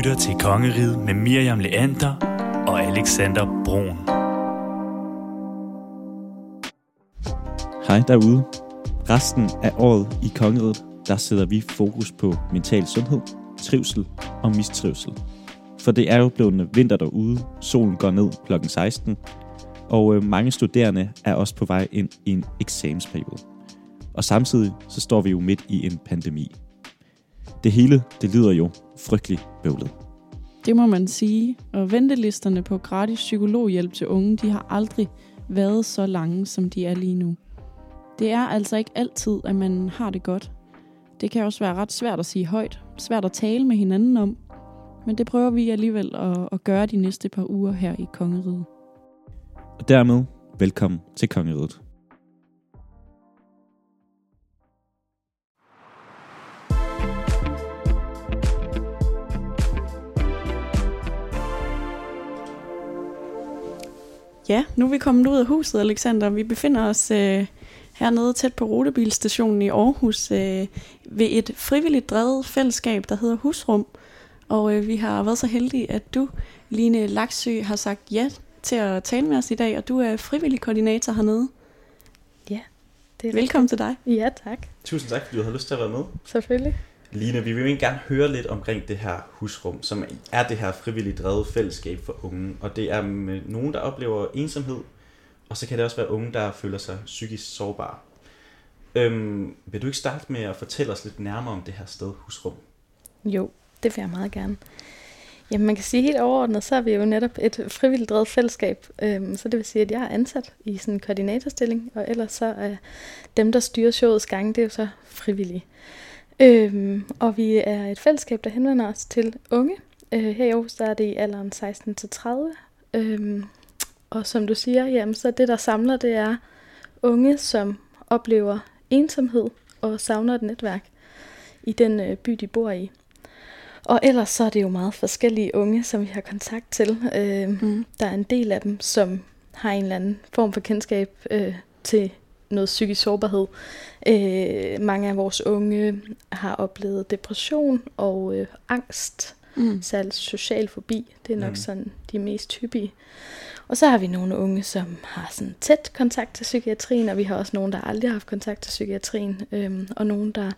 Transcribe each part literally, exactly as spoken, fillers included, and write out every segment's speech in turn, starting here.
lytter til Kongeriget med Miriam Leander og Alexander Brun. Hej derude. Resten af året i Kongeriget, der sætter vi fokus på mental sundhed, trivsel og mistrivsel. For det er jo blevet vinter derude, solen går ned klokken seksten, og mange studerende er også på vej ind i en eksamensperiode. Og samtidig så står vi jo midt i en pandemi. Det hele, det lyder jo frygtelig bøvlet. Det må man sige, og ventelisterne på gratis psykologhjælp til unge, de har aldrig været så lange, som de er lige nu. Det er altså ikke altid, at man har det godt. Det kan også være ret svært at sige højt, svært at tale med hinanden om, men det prøver vi alligevel at, at gøre de næste par uger her i Kongeriget. Og dermed, velkommen til Kongeriget. Ja, nu er vi kommet ud af huset, Alexander. Vi befinder os øh, hernede tæt på Rutebilstationen i Aarhus øh, ved et frivilligt drevet fællesskab, der hedder Husrum. Og øh, vi har været så heldige, at du, Line Laksø, har sagt ja til at tale med os i dag, og du er frivillig koordinator hernede. Ja, det er Velkommen rigtigt. til dig. Ja, tak. Tusind tak, fordi du har lyst til at være med. Selvfølgelig. Line, vi vil jo gerne høre lidt omkring det her husrum, som er det her frivilligt drevet fællesskab for unge. Og det er med nogen, der oplever ensomhed, og så kan det også være unge, der føler sig psykisk sårbare. Øhm, vil du ikke starte med at fortælle os lidt nærmere om det her sted, Husrum? Jo, det vil jeg meget gerne. Jamen man kan sige helt overordnet, så er vi jo netop et frivilligt drevet fællesskab. Øhm, så det vil sige, at jeg er ansat i sådan en koordinatorstilling, og ellers så er dem, der styrer showets gang, det er jo så frivillige. Øhm, og vi er et fællesskab, der henvender os til unge. Øh, her i Aarhus der er det i alderen seksten til tredive. Øhm, og som du siger, jamen, så det, der samler, det er unge, som oplever ensomhed og savner et netværk i den øh, by, de bor i. Og ellers så er det jo meget forskellige unge, som vi har kontakt til. Øh, mm. Der er en del af dem, som har en eller anden form for kendskab øh, til noget psykisk sårbarhed. Øh, mange af vores unge har oplevet depression og øh, angst, mm. særligt social fobi. Det er nok mm. sådan de mest hyppige. Og så har vi nogle unge, som har sådan tæt kontakt til psykiatrien, og vi har også nogle, der aldrig har haft kontakt til psykiatrien, øh, og nogle, der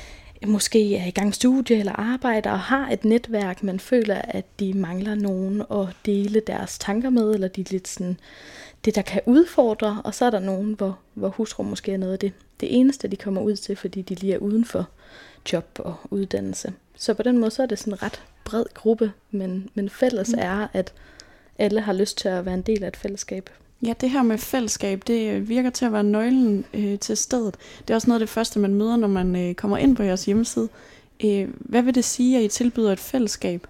måske er i gang studie eller arbejder og har et netværk, men føler, at de mangler nogen at dele deres tanker med, eller de er lidt sådan det, der kan udfordre, og så er der nogen, hvor, hvor husrum måske er noget af det, det eneste, de kommer ud til, fordi de lige er uden for job og uddannelse. Så på den måde, så er det sådan en ret bred gruppe, men, men fælles mm. er, at alle har lyst til at være en del af et fællesskab. Ja, det her med fællesskab, det virker til at være nøglen øh, til stedet. Det er også noget af det første, man møder, når man øh, kommer ind på jeres hjemmeside. Øh, hvad vil det sige, at I tilbyder et fællesskab?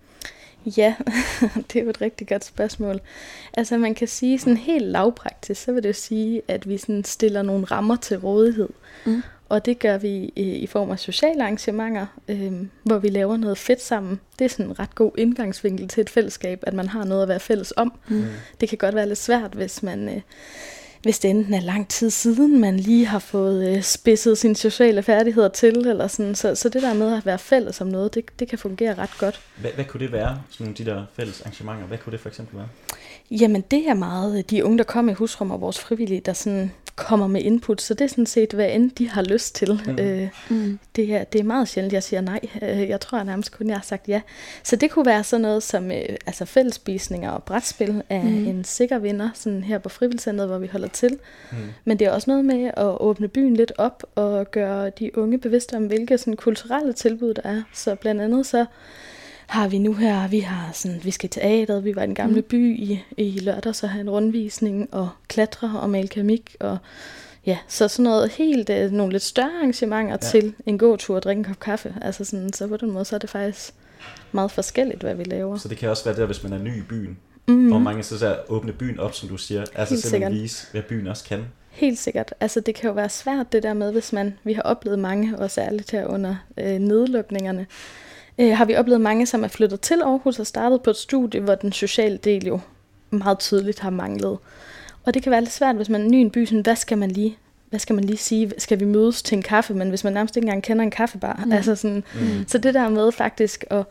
Ja, det er jo et rigtig godt spørgsmål. Altså man kan sige sådan helt lavpraktisk, så vil det jo sige, at vi sådan stiller nogle rammer til rådighed. Mm. Og det gør vi i, i form af sociale arrangementer, øh, hvor vi laver noget fedt sammen. Det er sådan en ret god indgangsvinkel til et fællesskab, at man har noget at være fælles om. Mm. Det kan godt være lidt svært, hvis man øh, hvis det enten er lang tid siden, man lige har fået øh, spidset sine sociale færdigheder til, eller sådan. Så, så det der med at være fælles om noget, det, det kan fungere ret godt. Hvad, hvad kunne det være, sådan nogle af de der fælles arrangementer? Hvad kunne det for eksempel være? Jamen det er meget de unge, der kommer i Husrum, og vores frivillige, der sådan kommer med input, så det er sådan set, hvad end de har lyst til. Mm. Øh, mm. det, er, det er meget sjældent, jeg siger nej. Øh, jeg tror jeg nærmest kun, jeg har sagt ja. Så det kunne være sådan noget som øh, altså fællesspisninger og brætspil af mm. en sikker vinder, sådan her på frivilligcentret, hvor vi holder til. Mm. Men det er også noget med at åbne byen lidt op og gøre de unge bevidste om, hvilke sådan kulturelle tilbud der er. Så blandt andet så har vi nu her, vi har sådan, vi skal i teateret, vi var i den gamle mm. by i, i lørdags og have en rundvisning og klatre og male keramik og ja, så sådan noget helt, øh, nogle lidt større arrangementer ja. Til en gåtur og drikke en kop kaffe. Altså sådan, så på den måde, så er det faktisk meget forskelligt, hvad vi laver. Så det kan også være der, hvis man er ny i byen, mm. hvor mange så, så åbne byen op, som du siger, altså simpelthen vise, hvad byen også kan. Helt sikkert. Altså det kan jo være svært det der med, hvis man, vi har oplevet mange, og særligt her under øh, nedlukningerne, øh, har vi oplevet mange, som er flyttet til Aarhus og startet på et studie, hvor den sociale del jo meget tydeligt har manglet. Og det kan være lidt svært, hvis man er ny i en by, sådan, hvad skal man lige, hvad skal man lige sige, skal vi mødes til en kaffe, men hvis man nærmest ikke engang kender en kaffebar. Mm. Altså sådan, mm. Så det der med faktisk at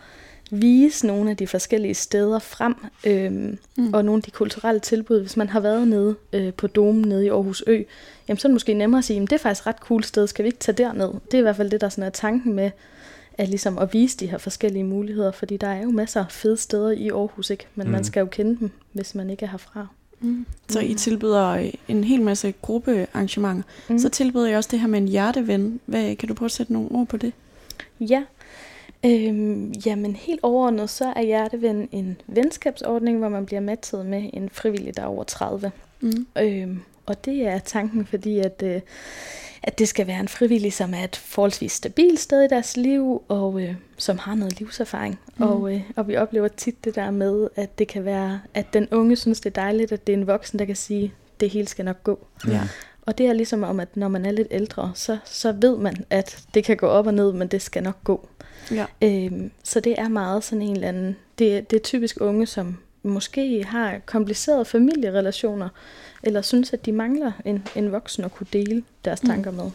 vise nogle af de forskellige steder frem, øhm, mm. og nogle af de kulturelle tilbud. Hvis man har været nede øh, på Domen nede i Aarhus Ø, jamen så er det måske nemmere at sige, at det er faktisk et ret cool sted, skal vi ikke tage derned? Det er i hvert fald det, der sådan er tanken med at, ligesom at vise de her forskellige muligheder, fordi der er jo masser af fede steder i Aarhus, ikke? Men mm. man skal jo kende dem, hvis man ikke er herfra. Mm. Så I tilbyder en hel masse gruppearrangementer. Mm. Så tilbyder jeg også det her med en hjerteven. Hvad, kan du prøve at sætte nogle ord på det? Ja, øhm, jamen helt overordnet, så er Hjerteven en venskabsordning, hvor man bliver matchet med en frivillig, der er over tredive. Mm. Øhm, og det er tanken, fordi at, øh, at det skal være en frivillig, som er et forholdsvis stabilt sted i deres liv, og øh, som har noget livserfaring. Mm. Og, øh, og vi oplever tit det der med, at det kan være, at den unge synes, det er dejligt, at det er en voksen, der kan sige, det hele skal nok gå. Ja. Og det er ligesom om, at når man er lidt ældre, så, så ved man, at det kan gå op og ned, men det skal nok gå. Ja. Øhm, så det er meget sådan en eller anden, det, det er typisk unge, som måske har komplicerede familierelationer, eller synes, at de mangler en, en voksen at kunne dele deres tanker mm. med.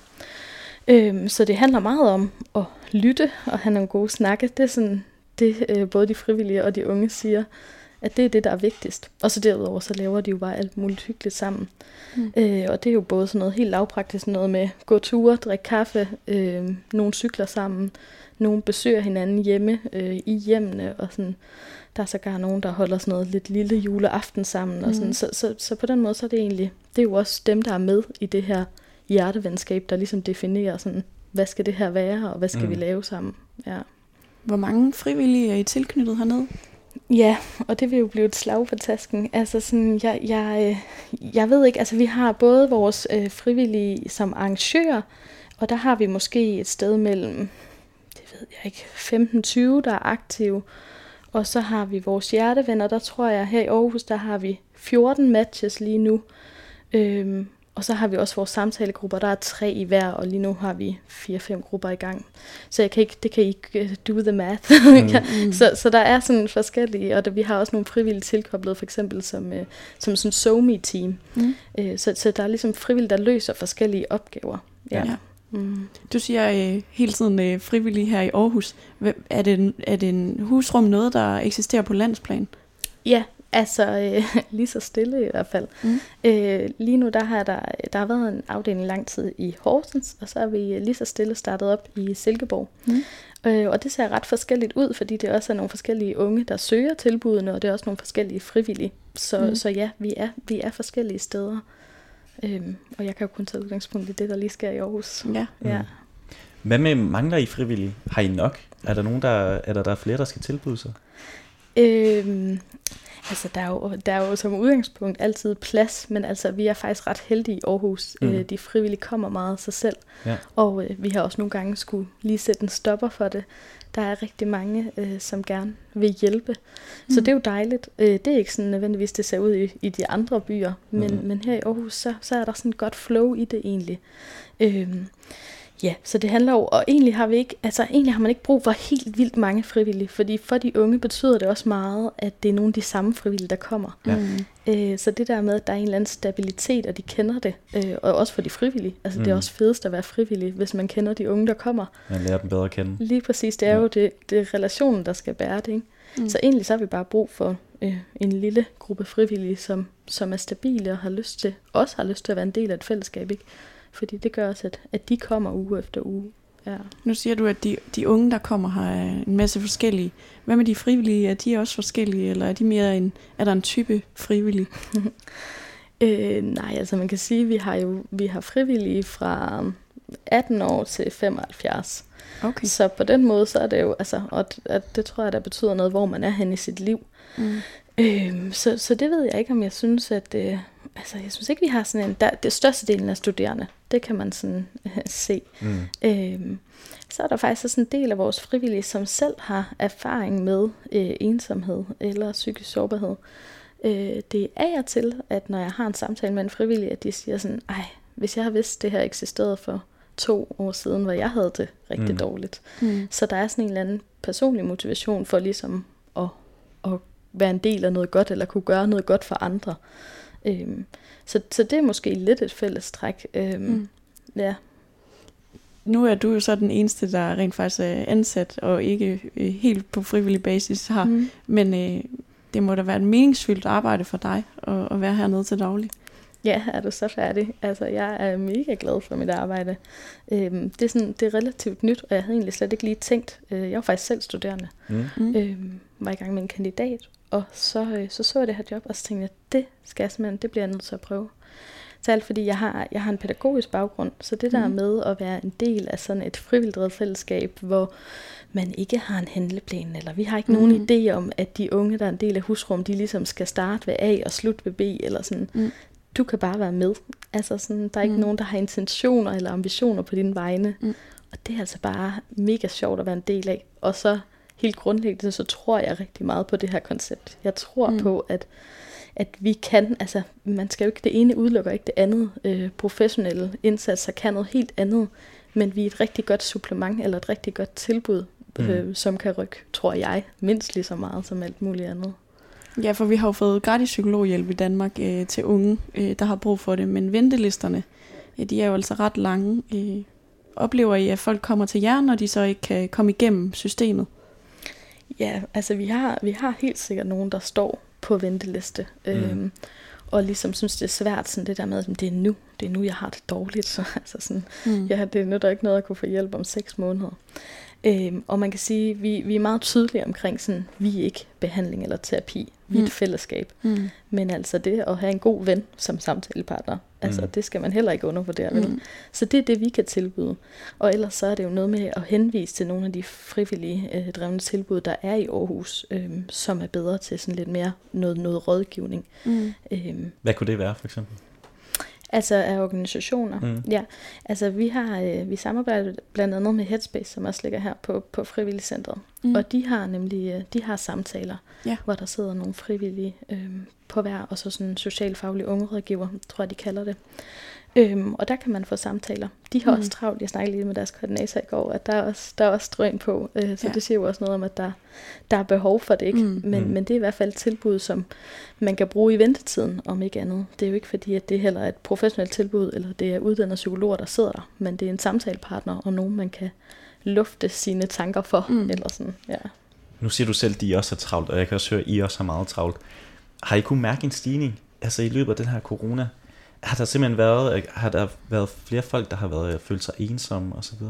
Øhm, så det handler meget om at lytte og have nogle gode snakke. Det er sådan, det øh, både de frivillige og de unge siger, at det er det, der er vigtigst. Og så derudover, så laver de jo bare alt muligt hyggeligt sammen. Mm. Øh, og det er jo både sådan noget helt lavpraktisk, noget med gå ture, drikke kaffe, øh, nogle cykler sammen, nogle besøger hinanden hjemme øh, i hjemmene, og sådan, der er sågar nogen, der holder sådan noget lidt lille juleaften sammen. Og sådan. Mm. Så, så, så på den måde, så er det egentlig, det er jo også dem, der er med i det her hjertevenskab, der ligesom definerer sådan, hvad skal det her være, og hvad skal mm. vi lave sammen. Ja. Hvor mange frivillige er I tilknyttet hernede? Ja, og det vil jo blive et slag på tasken. Altså sådan, jeg, jeg, jeg ved ikke, altså vi har både vores øh, frivillige som arrangører, og der har vi måske et sted mellem, det ved jeg ikke, femten til tyve, der er aktive. Og så har vi vores hjertevenner, der tror jeg, her i Aarhus, der har vi fjorten matches lige nu. Øhm, og så har vi også vores samtalegrupper, der er tre i hver, og lige nu har vi fire fem grupper i gang. Så jeg kan ikke, det kan I ikke do the math. Mm. så, så der er sådan forskellige, og der, vi har også nogle frivillige tilkoblet, for eksempel som, øh, som sådan SoMe-team. Mm. Øh, så, så der er ligesom frivillige, der løser forskellige opgaver. Ja. Ja. Mm. Du siger øh, hele tiden øh, frivillige her i Aarhus. Er det, en, er det en husrum noget, der eksisterer på landsplan? Ja, altså øh, lige så stille i hvert fald. Mm. Øh, lige nu der har der, der har været en afdeling lang tid i Horsens, og så er vi lige så stille startet op i Silkeborg. Mm. Øh, og det ser ret forskelligt ud, fordi det også er nogle forskellige unge, der søger tilbudene, og det er også nogle forskellige frivillige. Så, mm. så ja, vi er, vi er forskellige steder. Øhm, og jeg kan jo kun tage udgangspunkt i det, der lige sker i Aarhus. Ja. Ja. Mm. Hvad med mangler I frivillige? Har I nok? Er der nogen, der er der, der er flere, der skal tilbyde sig? Øhm, altså, der er, jo, der er jo som udgangspunkt altid plads, men altså, vi er faktisk ret heldige i Aarhus. Mm. Øh, de frivillige kommer meget af sig selv, ja. Og øh, vi har også nogle gange skulle lige sætte en stopper for det. Der er rigtig mange, øh, som gerne vil hjælpe. Mm. Så det er jo dejligt. Øh, det er ikke sådan nødvendigvis, det ser ud i, i de andre byer, men, mm. men her i Aarhus, så, så er der sådan et godt flow i det egentlig. Øhm, ja, så det handler jo, og egentlig har vi ikke, altså egentlig har man ikke brug for helt vildt mange frivillige, fordi for de unge betyder det også meget, at det er nogle af de samme frivillige, der kommer. Ja. Mm. Øh, så det der med, at der er en eller anden stabilitet, og de kender det, øh, og også for de frivillige. Altså mm. det er også fedest at være frivillig, hvis man kender de unge, der kommer. Man lærer dem bedre at kende. Lige præcis, det er ja. jo det, det er relationen, der skal bære det, ikke? Mm. Så egentlig så har vi bare brug for øh, en lille gruppe frivillige, som, som er stabile og har lyst til, også har lyst til at være en del af et fællesskab, ikke? Fordi det gør også, at, at de kommer uge efter uge. Ja. Nu siger du, at de, de unge, der kommer, har en masse forskellige. Hvad med de frivillige? Er de også forskellige, eller er de mere en, er der en type frivillige? øh, nej, altså man kan sige, at vi har jo vi har frivillige fra atten år til femoghalvfjerds. Okay. Så på den måde, så er det jo, altså, og at det tror jeg, der betyder noget, hvor man er hen i sit liv. Mm. Øh, så, så det ved jeg ikke, om jeg synes, at øh, altså, jeg synes ikke, vi har sådan en, der, det største delen af studerende, det kan man sådan øh, se. Mm. Øh, så er der faktisk også en del af vores frivillige, som selv har erfaring med øh, ensomhed eller psykisk sårbarhed. Øh, det er af og til, at når jeg har en samtale med en frivillig, at de siger sådan, ej, hvis jeg har vidst, det her eksisterede for to år siden, hvor jeg havde det rigtig mm. dårligt. Mm. Så der er sådan en eller anden personlig motivation for ligesom at, at være en del af noget godt, eller kunne gøre noget godt for andre. Øhm, så, så det er måske lidt et fælles træk. Øhm, mm. Ja. nu er du jo så den eneste, der rent faktisk er ansat, og ikke øh, helt på frivillig basis her. Mm. Men øh, det må da være et meningsfyldt arbejde for dig, at, at være hernede til daglig. Ja, er du så færdig? Altså, jeg er mega glad for mit arbejde. Øhm, det, er sådan, det er relativt nyt, og jeg havde egentlig slet ikke lige tænkt. Øh, jeg var faktisk selv studerende. Mm. Øhm, var i gang med en kandidat, og så, øh, så så jeg det her job, og så tænkte jeg, det skal jeg simpelthen, det bliver jeg nødt til at prøve. Særligt fordi jeg har, jeg har en pædagogisk baggrund, så det der mm. med at være en del af sådan et frivilligt fællesskab, hvor man ikke har en handleplan, eller vi har ikke mm. nogen idé om, at de unge, der er en del af husrum, de ligesom skal starte ved A og slutte ved B, eller sådan. Mm. Du kan bare være med. Altså sådan, der er ikke mm. nogen, der har intentioner eller ambitioner på dine vegne. Mm. Og det er altså bare mega sjovt at være en del af. Og så helt grundlæggende, så tror jeg rigtig meget på det her koncept. Jeg tror mm. på, at at vi kan, altså man skal jo ikke, det ene udelukker ikke det andet. Øh, professionelle indsatser kan noget helt andet, men vi er et rigtig godt supplement, eller et rigtig godt tilbud, øh, mm. som kan rykke, tror jeg, mindst lige så meget som alt muligt andet. Ja, for vi har jo fået gratis psykologhjælp i Danmark øh, til unge, øh, der har brug for det, men ventelisterne, ja, de er jo altså ret lange. Øh, oplever I, at folk kommer til jer, når de så ikke kan komme igennem systemet? Ja, altså vi har, vi har helt sikkert nogen, der står på venteliste, mm. øhm, og ligesom synes, det er svært, sådan det der med, at det er nu, det er nu, jeg har det dårligt, så altså sådan, mm. ja, det er der ikke noget at kunne få hjælp om seks måneder. Øhm, og man kan sige, vi, vi er meget tydelige omkring sådan, vi er ikke behandling eller terapi, vi er mm. et fællesskab. Mm. Men altså det at have en god ven som samtalepartner, altså mm. det skal man heller ikke undervurdere, vel? Mm. Så det er det, vi kan tilbyde. Og ellers så er det jo noget med at henvise til nogle af de frivillige øh, drevne tilbud, der er i Aarhus, øh, som er bedre til sådan lidt mere noget, noget rådgivning. Mm. Øhm, Hvad kunne det være, for eksempel? Altså af organisationer. Mm. Ja, altså vi har øh, vi samarbejder blandt andet med Headspace, som også ligger her på på Frivilligcentret. Mm. Og de har nemlig øh, de har samtaler, ja. Hvor der sidder nogle frivillige øh, på hver, og så sådan en socialfaglig ungerådgiver, tror jeg de kalder det. Øhm, og der kan man få samtaler. De har mm. også travlt. Jeg snakkede lige med deres koordinator i går, at der er også, der er også drøn på. Øh, så ja. Det siger jo også noget om, at der, der er behov for det, ikke? Mm. Men, mm. men det er i hvert fald et tilbud, som man kan bruge i ventetiden, om ikke andet. Det er jo ikke fordi, at det heller er et professionelt tilbud, eller det er uddannede psykologer, der sidder der. Men det er en samtalepartner, og nogen, man kan lufte sine tanker for. Mm. Eller sådan, ja. Nu siger du selv, at I også er travlt, og jeg kan også høre, at I også har meget travlt. Har I kunnet mærke en stigning altså i løbet af den her corona? Har der simpelthen været, har der været flere folk, der har været følt sig ensomme og så videre?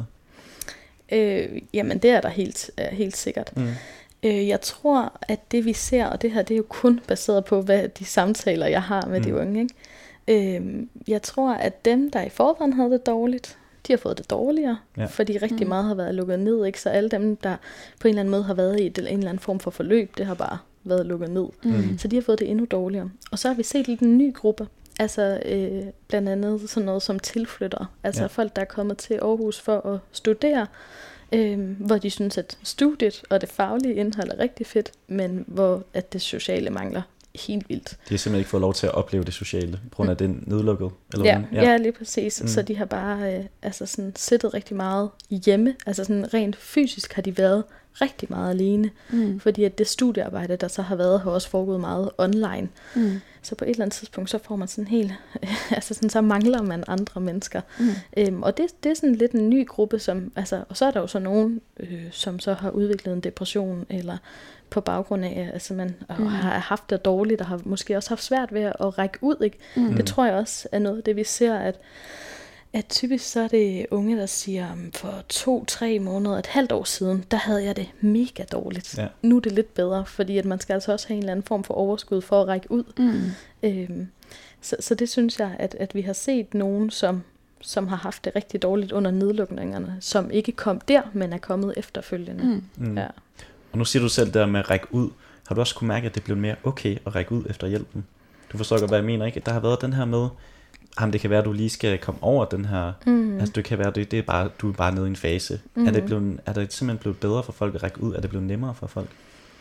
Øh, jamen det er der helt, helt sikkert. Mm. Øh, jeg tror, at det vi ser, og det her det er jo kun baseret på, hvad de samtaler, jeg har med mm. de unge, ikke? Øh, jeg tror, at dem, der i forvejen havde det dårligt, de har fået det dårligere, ja. Fordi rigtig mm. meget har været lukket ned, ikke? Så alle dem, der på en eller anden måde har været i en eller anden form for forløb, det har bare været lukket ned. Mm. Så de har fået det endnu dårligere. Og så har vi set lidt en ny gruppe. Altså øh, blandt andet sådan noget som tilflyttere. Altså ja. Folk, der er kommet til Aarhus for at studere, øh, hvor de synes, at studiet og det faglige indhold er rigtig fedt, men hvor at det sociale mangler helt vildt. De har simpelthen ikke fået lov til at opleve det sociale, på grund af mm. den nedlukket? Eller ja, ja. ja, lige præcis. Mm. Så de har bare øh, altså sådan siddet rigtig meget hjemme. Altså sådan rent fysisk har de været rigtig meget alene, mm. fordi at det studiearbejde, der så har været, har også foregået meget online. Mm. Så på et eller andet tidspunkt, så får man sådan helt, altså sådan, så mangler man andre mennesker. Mm. Øhm, og det, det er sådan lidt en ny gruppe, som, altså, og så er der jo så nogen, øh, som så har udviklet en depression, eller på baggrund af, altså man mm. har haft det dårligt, og har måske også haft svært ved at række ud, ikke? Mm. Det tror jeg også er noget af det, vi ser, at at typisk så er det unge, der siger, for to, tre måneder, et halvt år siden, der havde jeg det mega dårligt. Ja. Nu er det lidt bedre, fordi at man skal altså også have en eller anden form for overskud for at række ud. Mm. Øhm, så, så det synes jeg, at, at vi har set nogen, som, som har haft det rigtig dårligt under nedlukningerne, som ikke kom der, men er kommet efterfølgende. Mm. Mm. Ja. Og nu siger du selv der med at række ud. Har du også kunne mærke, at det blev mere okay at række ud efter hjælpen? Du forstår godt, hvad jeg mener, ikke? Der har været den her med, jamen det kan være, at du lige skal komme over den her, mm. altså det kan være, det, det er bare, du er bare nede i en fase. Mm. Er, det blevet, er det simpelthen blevet bedre for folk at række ud? Er det blevet nemmere for folk?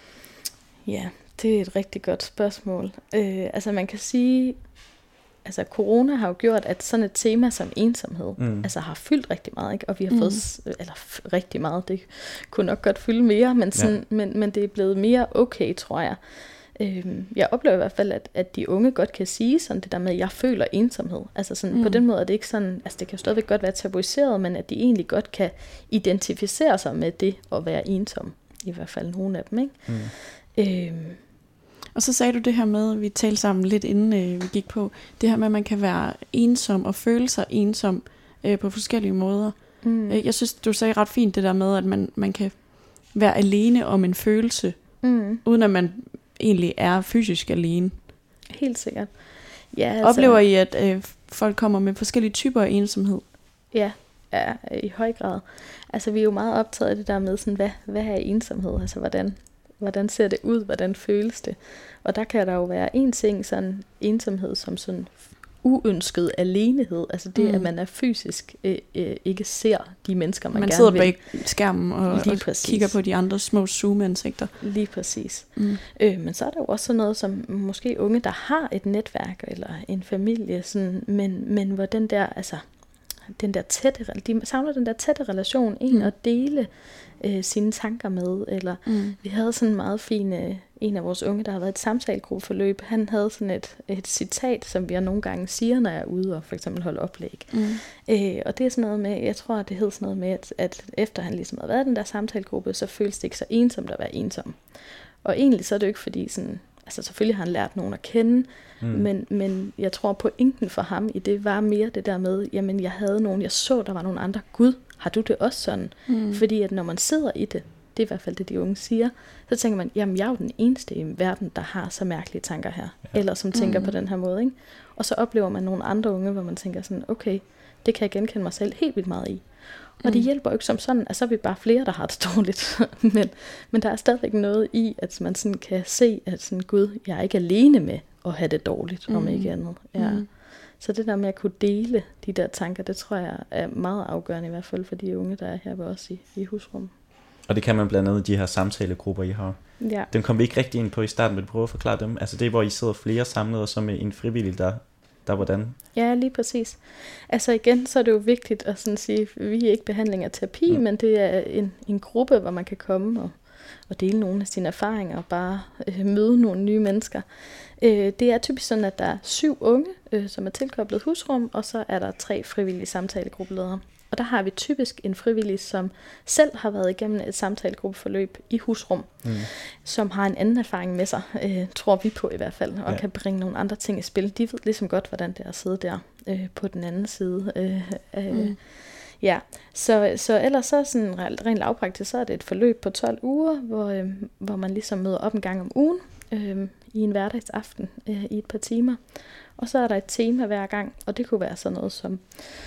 Ja, det er et rigtig godt spørgsmål. Øh, altså man kan sige, altså corona har jo gjort, at sådan et tema som ensomhed, mm. altså har fyldt rigtig meget, ikke? Og vi har mm. fået, eller f- rigtig meget, det kunne nok godt fylde mere, men, sådan, ja. men, men det er blevet mere okay, tror jeg. Øhm, jeg oplever i hvert fald, at, at de unge godt kan sige sådan det der med, at jeg føler ensomhed. Altså sådan, Mm. på den måde er det ikke sådan, altså det kan jo stadigvæk godt være tabuiseret, men at de egentlig godt kan identificere sig med det at være ensom. I hvert fald nogle af dem, ikke? Mm. Øhm, Og så sagde du det her med, vi talte sammen lidt inden øh, vi gik på, det her med, at man kan være ensom og føle sig ensom øh, på forskellige måder. mm, Øh, Jeg synes, du sagde ret fint det der med, at man, man kan være alene om en følelse, mm, uden at man egentlig er fysisk alene. helt sikkert. Ja, altså, Oplever I, at øh, folk kommer med forskellige typer af ensomhed? Ja, ja, i høj grad. Altså vi er jo meget optaget af det der med, sådan, hvad, hvad er ensomhed? Altså hvordan, hvordan ser det ud? Hvordan føles det? Og der kan der jo være en ting, sådan ensomhed som sådan uønsket alenehed. Altså det, Mm. at man er fysisk øh, øh, ikke ser de mennesker, man, Man gerne sidder vil. bag skærmen og, Lige og præcis. kigger på de andre små zoom-ansigter. Lige præcis. Mm. Øh, men så er der jo også sådan noget som måske unge, der har et netværk eller en familie, sådan, men, men hvor den der, altså, den der tætte, re- de savner den der tætte relation, en Mm. at dele øh, sine tanker med, eller Mm. vi havde sådan en meget fin, øh, en af vores unge, der har været i et samtalegruppeforløb, han havde sådan et, et citat, som vi nogle gange siger, når jeg er ude og for eksempel holde oplæg. Mm. Øh, og det er sådan noget med, jeg tror, det hed sådan noget med, at, at efter han ligesom havde været i den der samtalegruppe, så føles det ikke så ensomt at være ensom. Og egentlig så er det jo ikke fordi sådan, altså selvfølgelig har han lært nogen at kende, Mm. men, men jeg tror pointen for ham i det var mere det der med, jamen jeg havde nogen, jeg så, der var nogle andre. Gud, har du det også sådan? Mm. Fordi at når man sidder i det, det er i hvert fald det, de unge siger, så tænker man, jamen jeg er jo den eneste i verden, der har så mærkelige tanker her. Ja. Eller som tænker Mm. på den her måde, ikke? Og så oplever man nogle andre unge, hvor man tænker sådan, okay, det kan jeg genkende mig selv helt vildt meget i. Og det Mm. hjælper jo ikke som sådan, at så er vi bare flere, der har det dårligt. men, men der er stadigvæk noget i, at man sådan kan se, at sådan, Gud, jeg er ikke alene med at have det dårligt, mm. om Mm. ikke andet. Ja. Mm. Så det der med at kunne dele de der tanker, det tror jeg er meget afgørende, i hvert fald for de unge, der er her ved os i, i husrum. Og det kan man blandt andet i de her samtalegrupper, I har. Ja. Dem kom vi ikke rigtig ind på i starten, men prøve at forklare dem. Altså det er, hvor I sidder flere samlet, og så med en frivillig, der, der hvordan? Ja, lige præcis. Altså igen, så er det jo vigtigt at sådan sige, vi er ikke behandling af terapi, Mm. mm. men det er en, en gruppe, hvor man kan komme og, og dele nogle af sine erfaringer og bare øh, møde nogle nye mennesker. Øh, det er typisk sådan, at der er syv unge, øh, som er tilkoblet husrum, og så er der tre frivillige samtalegruppeledere. Og der har vi typisk en frivillig, som selv har været igennem et samtalegruppeforløb i husrum, Mm. som har en anden erfaring med sig, øh, tror vi på i hvert fald, og Ja. ja. kan bringe nogle andre ting i spil. De ved ligesom godt, hvordan det er at sidde der øh, på den anden side. Øh, øh, Mm. Ja, så, så ellers så sådan rent, rent lavpraktisk, så er det et forløb på tolv uger, hvor, øh, hvor man ligesom møder op en gang om ugen øh, i en hverdagsaften øh, i et par timer. Og så er der et tema hver gang, og det kunne være sådan noget som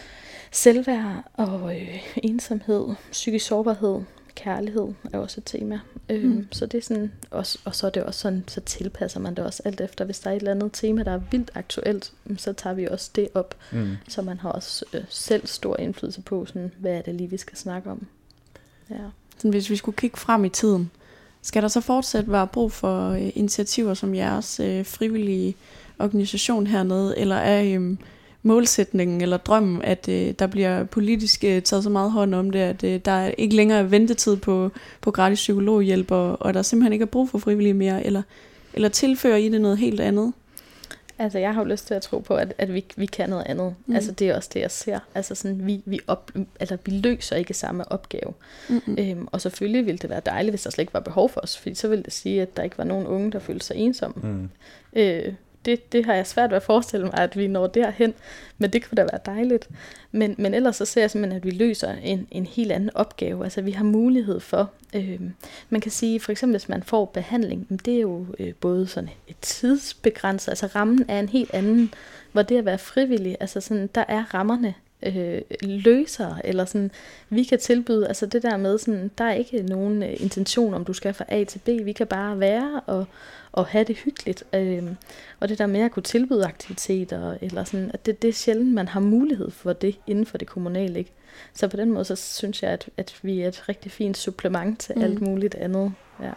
selvværd og øh, ensomhed, psykisk sårbarhed, kærlighed er også et tema. Øh, Mm. mm. Så det er sådan, også, og så er det også sådan, så tilpasser man det også alt efter. Hvis der er et eller andet tema, der er vildt aktuelt, så tager vi også det op. Mm. Så man har også øh, selv stor indflydelse på, sådan, hvad er det lige, vi skal snakke om. Ja. Sådan, hvis vi skulle kigge frem i tiden, skal der så fortsat være brug for øh, initiativer som jeres øh, frivillige organisation hernede, eller er øh, målsætningen eller drømmen, at øh, der bliver politisk øh, taget så meget hånd om det, at øh, der er ikke længere er ventetid på, på gratis psykologhjælp, og, og der simpelthen ikke er brug for frivillige mere, eller, eller tilfører I det noget helt andet? Altså, jeg har jo lyst til at tro på, at, at vi, vi kan noget andet. Mm. Mm. Altså, det er også det, jeg ser. Altså, sådan, vi, vi, op, altså, vi løser ikke samme opgave. Mm-hmm. Øhm, og selvfølgelig ville det være dejligt, hvis der slet ikke var behov for os, fordi så ville det sige, at der ikke var nogen unge, der følte sig ensomme. Mm. Øh, det, det har jeg svært ved at forestille mig, at vi når derhen, men det kunne da være dejligt. Men, men ellers så ser jeg simpelthen, at vi løser en, en helt anden opgave. Altså vi har mulighed for, øh, man kan sige, for eksempel hvis man får behandling, det er jo øh, både sådan et tidsbegrænset, altså rammen er en helt anden, hvor det at være frivillig, altså sådan, der er rammerne øh, løsere, eller sådan, vi kan tilbyde, altså det der med sådan, der er ikke nogen øh, intention, om du skal fra A til B, vi kan bare være og og have det hyggeligt. Øhm, og det der med at kunne tilbyde aktiviteter, eller sådan, at det, det er sjældent, man har mulighed for det inden for det kommunale. Ikke? Så på den måde, så synes jeg, at, at vi er et rigtig fint supplement til Mm. mm. alt muligt andet. Ja.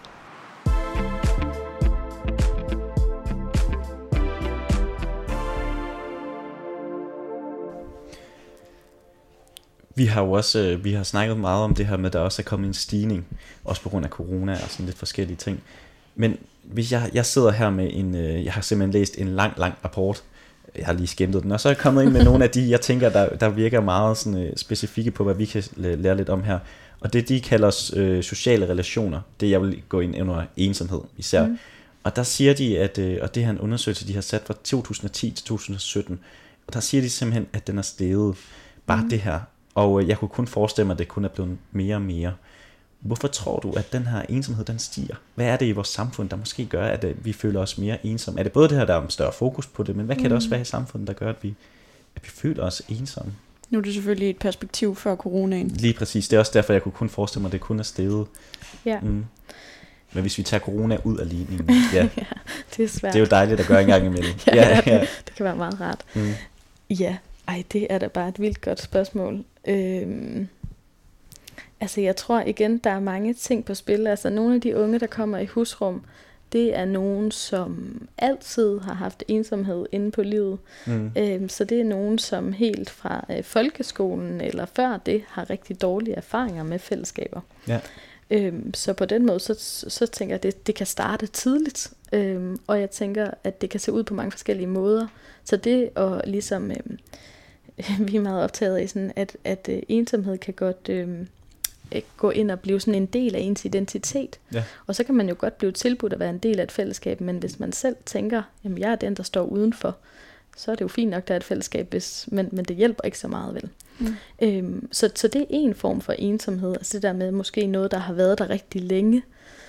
Vi har jo også øh, vi har snakket meget om det her med, at der også er kommet en stigning, også på grund af corona og sådan lidt forskellige ting. Men hvis jeg, jeg sidder her med en, øh, jeg har simpelthen læst en lang, lang rapport, jeg har lige skæmtet den, og så er jeg kommet ind med nogle af de, jeg tænker, der, der virker meget sådan, øh, specifikke på, hvad vi kan lære lidt om her. Og det, de kalder øh, sociale relationer, det jeg vil gå ind under ensomhed især. Mm. Og der siger de, at, øh, og det her en undersøgelse, de har sat fra to tusind og ti til to tusind og sytten, og der siger de simpelthen, at den er steget. Bare mm. det her. Og øh, jeg kunne kun forestille mig, at det kun er blevet mere og mere. Hvorfor tror du, at den her ensomhed, den stiger? Hvad er det i vores samfund, der måske gør, at øh, vi føler os mere ensomme? Er det både det her, der er større fokus på det, men hvad kan mm. det også være i samfundet, der gør, at vi, at vi føler os ensomme? Nu er det selvfølgelig et perspektiv før coronaen. Lige præcis. Det er også derfor, jeg kunne kun forestille mig, at det kun er steget. Ja. Mm. Men hvis vi tager corona ud af ligningen, ja, ja, det er svært. Det er jo dejligt at gøre en gang imellem. ja, ja, ja. Det, det kan være meget rart. Mm. Ja, ej, det er da bare et vildt godt spørgsmål. Øhm, altså, jeg tror igen, der er mange ting på spil. Altså, nogle af de unge, der kommer i husrum, det er nogen, som altid har haft ensomhed inde på livet. Mm. Øhm, så det er nogen, som helt fra øh, folkeskolen eller før det, har rigtig dårlige erfaringer med fællesskaber. Ja. Øhm, så på den måde, så, så tænker jeg, at det, det kan starte tidligt. Øhm, og jeg tænker, at det kan se ud på mange forskellige måder. Så det at ligesom, øhm, vi er meget optaget af, sådan, at, at øh, ensomhed kan godt øhm, gå ind og blive sådan en del af ens identitet. Ja. Og så kan man jo godt blive tilbudt at være en del af et fællesskab, men hvis man selv tænker, jamen jeg er den, der står udenfor, så er det jo fint nok, der er et fællesskab, hvis, men, men det hjælper ikke så meget, vel? Mm. Øhm, så, så det er en form for ensomhed, altså det der med måske noget, der har været der rigtig længe.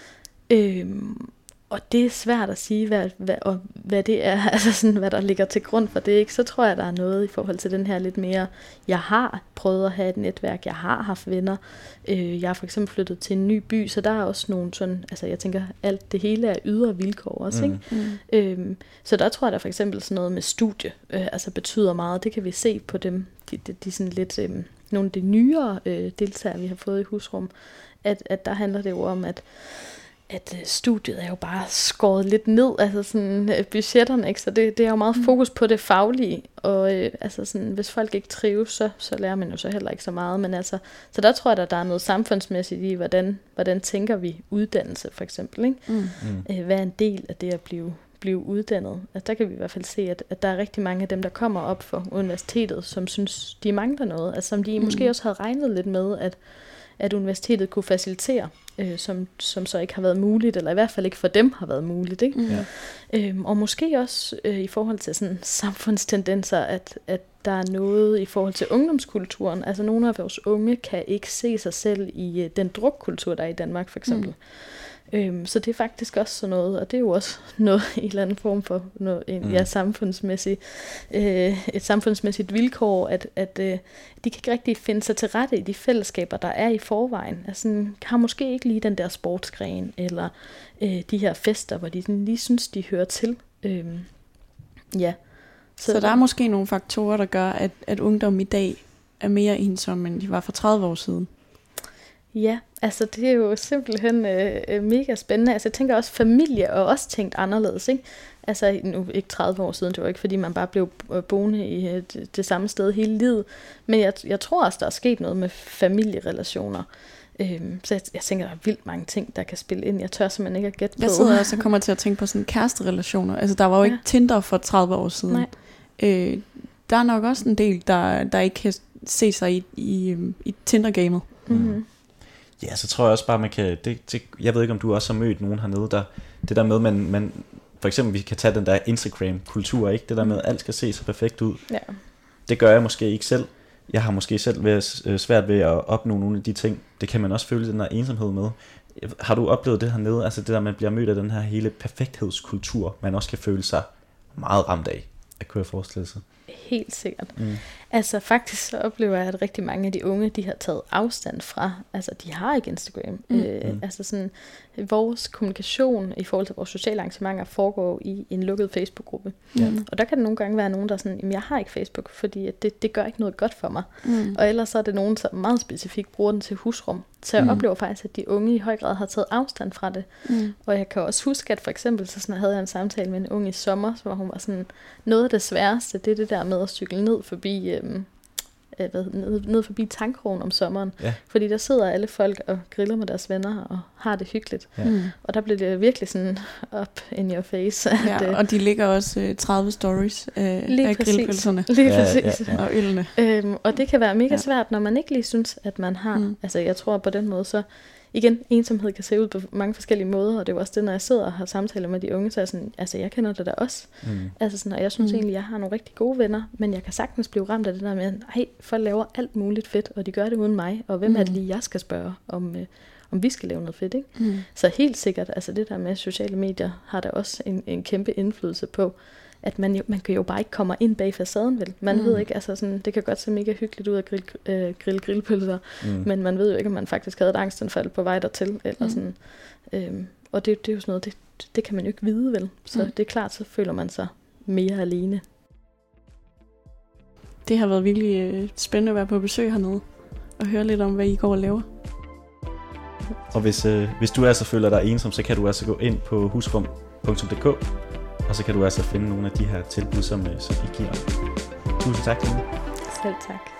Øhm, og det er svært at sige, hvad, hvad, og hvad det er, altså sådan, hvad der ligger til grund for det, ikke? Så tror jeg, der er noget i forhold til den her lidt mere, jeg har prøvet at have et netværk, jeg har haft venner, øh, jeg har for eksempel flyttet til en ny by, så der er også nogle sådan, altså jeg tænker, alt det hele er ydre vilkår også, ikke? Mm. Øhm, så der tror jeg, der for eksempel sådan noget med studie, øh, altså betyder meget, det kan vi se på dem, de, de, de sådan lidt, øh, nogle af de nyere øh, deltagere, vi har fået i husrum, at, at der handler det jo om, at at studiet er jo bare skåret lidt ned, altså sådan budgetterne, ikke? Så det, det er jo meget fokus på det faglige, og øh, altså sådan, hvis folk ikke trives, så, så lærer man jo så heller ikke så meget, men altså, så der tror jeg, at der er noget samfundsmæssigt i, hvordan, hvordan tænker vi uddannelse, for eksempel, ikke? Mm. Øh, hvad er en del af det at blive, blive uddannet? Altså, der kan vi i hvert fald se, at, at der er rigtig mange af dem, der kommer op for universitetet, som synes, de mangler noget, altså som de mm. måske også havde regnet lidt med, at at universitetet kunne facilitere, øh, som, som så ikke har været muligt, eller i hvert fald ikke for dem har været muligt. Ikke? Ja. Øhm, og måske også øh, i forhold til sådan samfundstendenser, at, at der er noget i forhold til ungdomskulturen. Altså nogle af vores unge kan ikke se sig selv i øh, den drukkultur, der er i Danmark for eksempel. Mm. Øhm, så det er faktisk også sådan noget, og det er jo også noget i en eller anden form for noget, en, mm. ja, samfundsmæssig, øh, et samfundsmæssigt vilkår, at, at øh, de kan ikke rigtig finde sig til rette i de fællesskaber, der er i forvejen. Altså, har måske ikke lige den der sportsgren, eller øh, de her fester, hvor de lige synes, de hører til. Øhm, ja. Så, så der er måske nogle faktorer, der gør, at, at ungdom i dag er mere ensomme, end de var for tredive år siden. Ja, altså det er jo simpelthen øh, mega spændende. Altså jeg tænker også familie og også tænkt anderledes, ikke? Altså nu ikke tredive år siden, det var ikke fordi man bare blev boende i øh, det, det samme sted hele livet. Men jeg, jeg tror også, der er sket noget med familierelationer. Øhm, så jeg, jeg tænker, der er vildt mange ting, der kan spille ind. Jeg tør simpelthen ikke at gætte på. Jeg sidder også og kommer til at tænke på sådan kæresterelationer. Altså der var jo ja. ikke Tinder for tredive år siden. Nej. Øh, der er nok også en del, der, der ikke kan se sig i, i, i Tinder-gamet. Mm-hmm. Ja, så tror jeg også bare, man kan, det, det, jeg ved ikke, om du også har mødt nogen hernede, der, det der med, man, man, for eksempel, vi kan tage den der Instagram-kultur, ikke? Det der med, at alt skal se så perfekt ud. Ja. Det gør jeg måske ikke selv. Jeg har måske selv været svært ved at opnå nogle af de ting. Det kan man også føle den der ensomhed med. Har du oplevet det hernede, altså det der, man bliver mødt af den her hele perfekthedskultur, man også kan føle sig meget ramt af, at kunne jeg forestille sig? Helt sikkert. Mm. Altså faktisk så oplever jeg, at rigtig mange af de unge, de har taget afstand fra, altså de har ikke Instagram. Mm. Øh, altså sådan, vores kommunikation i forhold til vores sociale arrangementer foregår i en lukket Facebook-gruppe. Mm. Og der kan det nogle gange være nogen, der er sådan, jamen jeg har ikke Facebook, fordi det, det gør ikke noget godt for mig. Mm. Og ellers så er det nogen, som meget specifikt bruger den til husrum. Så jeg mm. oplever faktisk, at de unge i høj grad har taget afstand fra det. Mm. Og jeg kan også huske, at for eksempel så sådan, havde jeg en samtale med en ung i sommer, hvor hun var sådan, noget af det sværeste, det er det der med at cykle ned forbi øhm, hvad, ned, ned forbi Tankrogen om sommeren. Ja. Fordi der sidder alle folk og griller med deres venner og har det hyggeligt. Ja. Mm. Og der bliver det virkelig sådan up in your face. At, Ja, og de ligger også øh, tredive stories øh, lige af præcis. grillpølserne Lige Ja, præcis. ja, ja. og ølene. Øhm, og det kan være mega Ja. svært, når man ikke lige synes, at man har... Mm. Mm. Altså jeg tror på den måde, så igen, ensomhed kan se ud på mange forskellige måder, og det er jo også det, når jeg sidder og har samtaler med de unge, så er jeg sådan, altså jeg kender det da også. Mm. Altså sådan, og jeg synes Mm. mm. egentlig, jeg har nogle rigtig gode venner, men jeg kan sagtens blive ramt af det der med, nej, folk laver alt muligt fedt, og de gør det uden mig, og hvem mm. er det lige, jeg skal spørge, om, øh, om vi skal lave noget fedt, ikke? Mm. Så helt sikkert, altså det der med sociale medier, har der også en, en kæmpe indflydelse på, at man, jo, man kan jo bare ikke komme ind bag facaden, vel? Man Mm. mm. ved ikke, altså sådan, det kan godt se mega hyggeligt ud at grille øh, grill grillpølser, Mm. men man ved jo ikke, om man faktisk havde et angstanfald på vej dertil, eller Mm. sådan. Øhm, og det, det er jo sådan noget, det, det kan man jo ikke vide, vel? Så Mm. det er klart, så føler man sig mere alene. Det har været virkelig øh, spændende at være på besøg hernede og høre lidt om, hvad I går og laver. Og hvis, øh, hvis du altså føler dig ensom, så kan du altså gå ind på husrum punktum d k, og så kan du altså finde nogle af de her tilbud, som, øh, som I giver. Tusind tak, Line. Selv tak.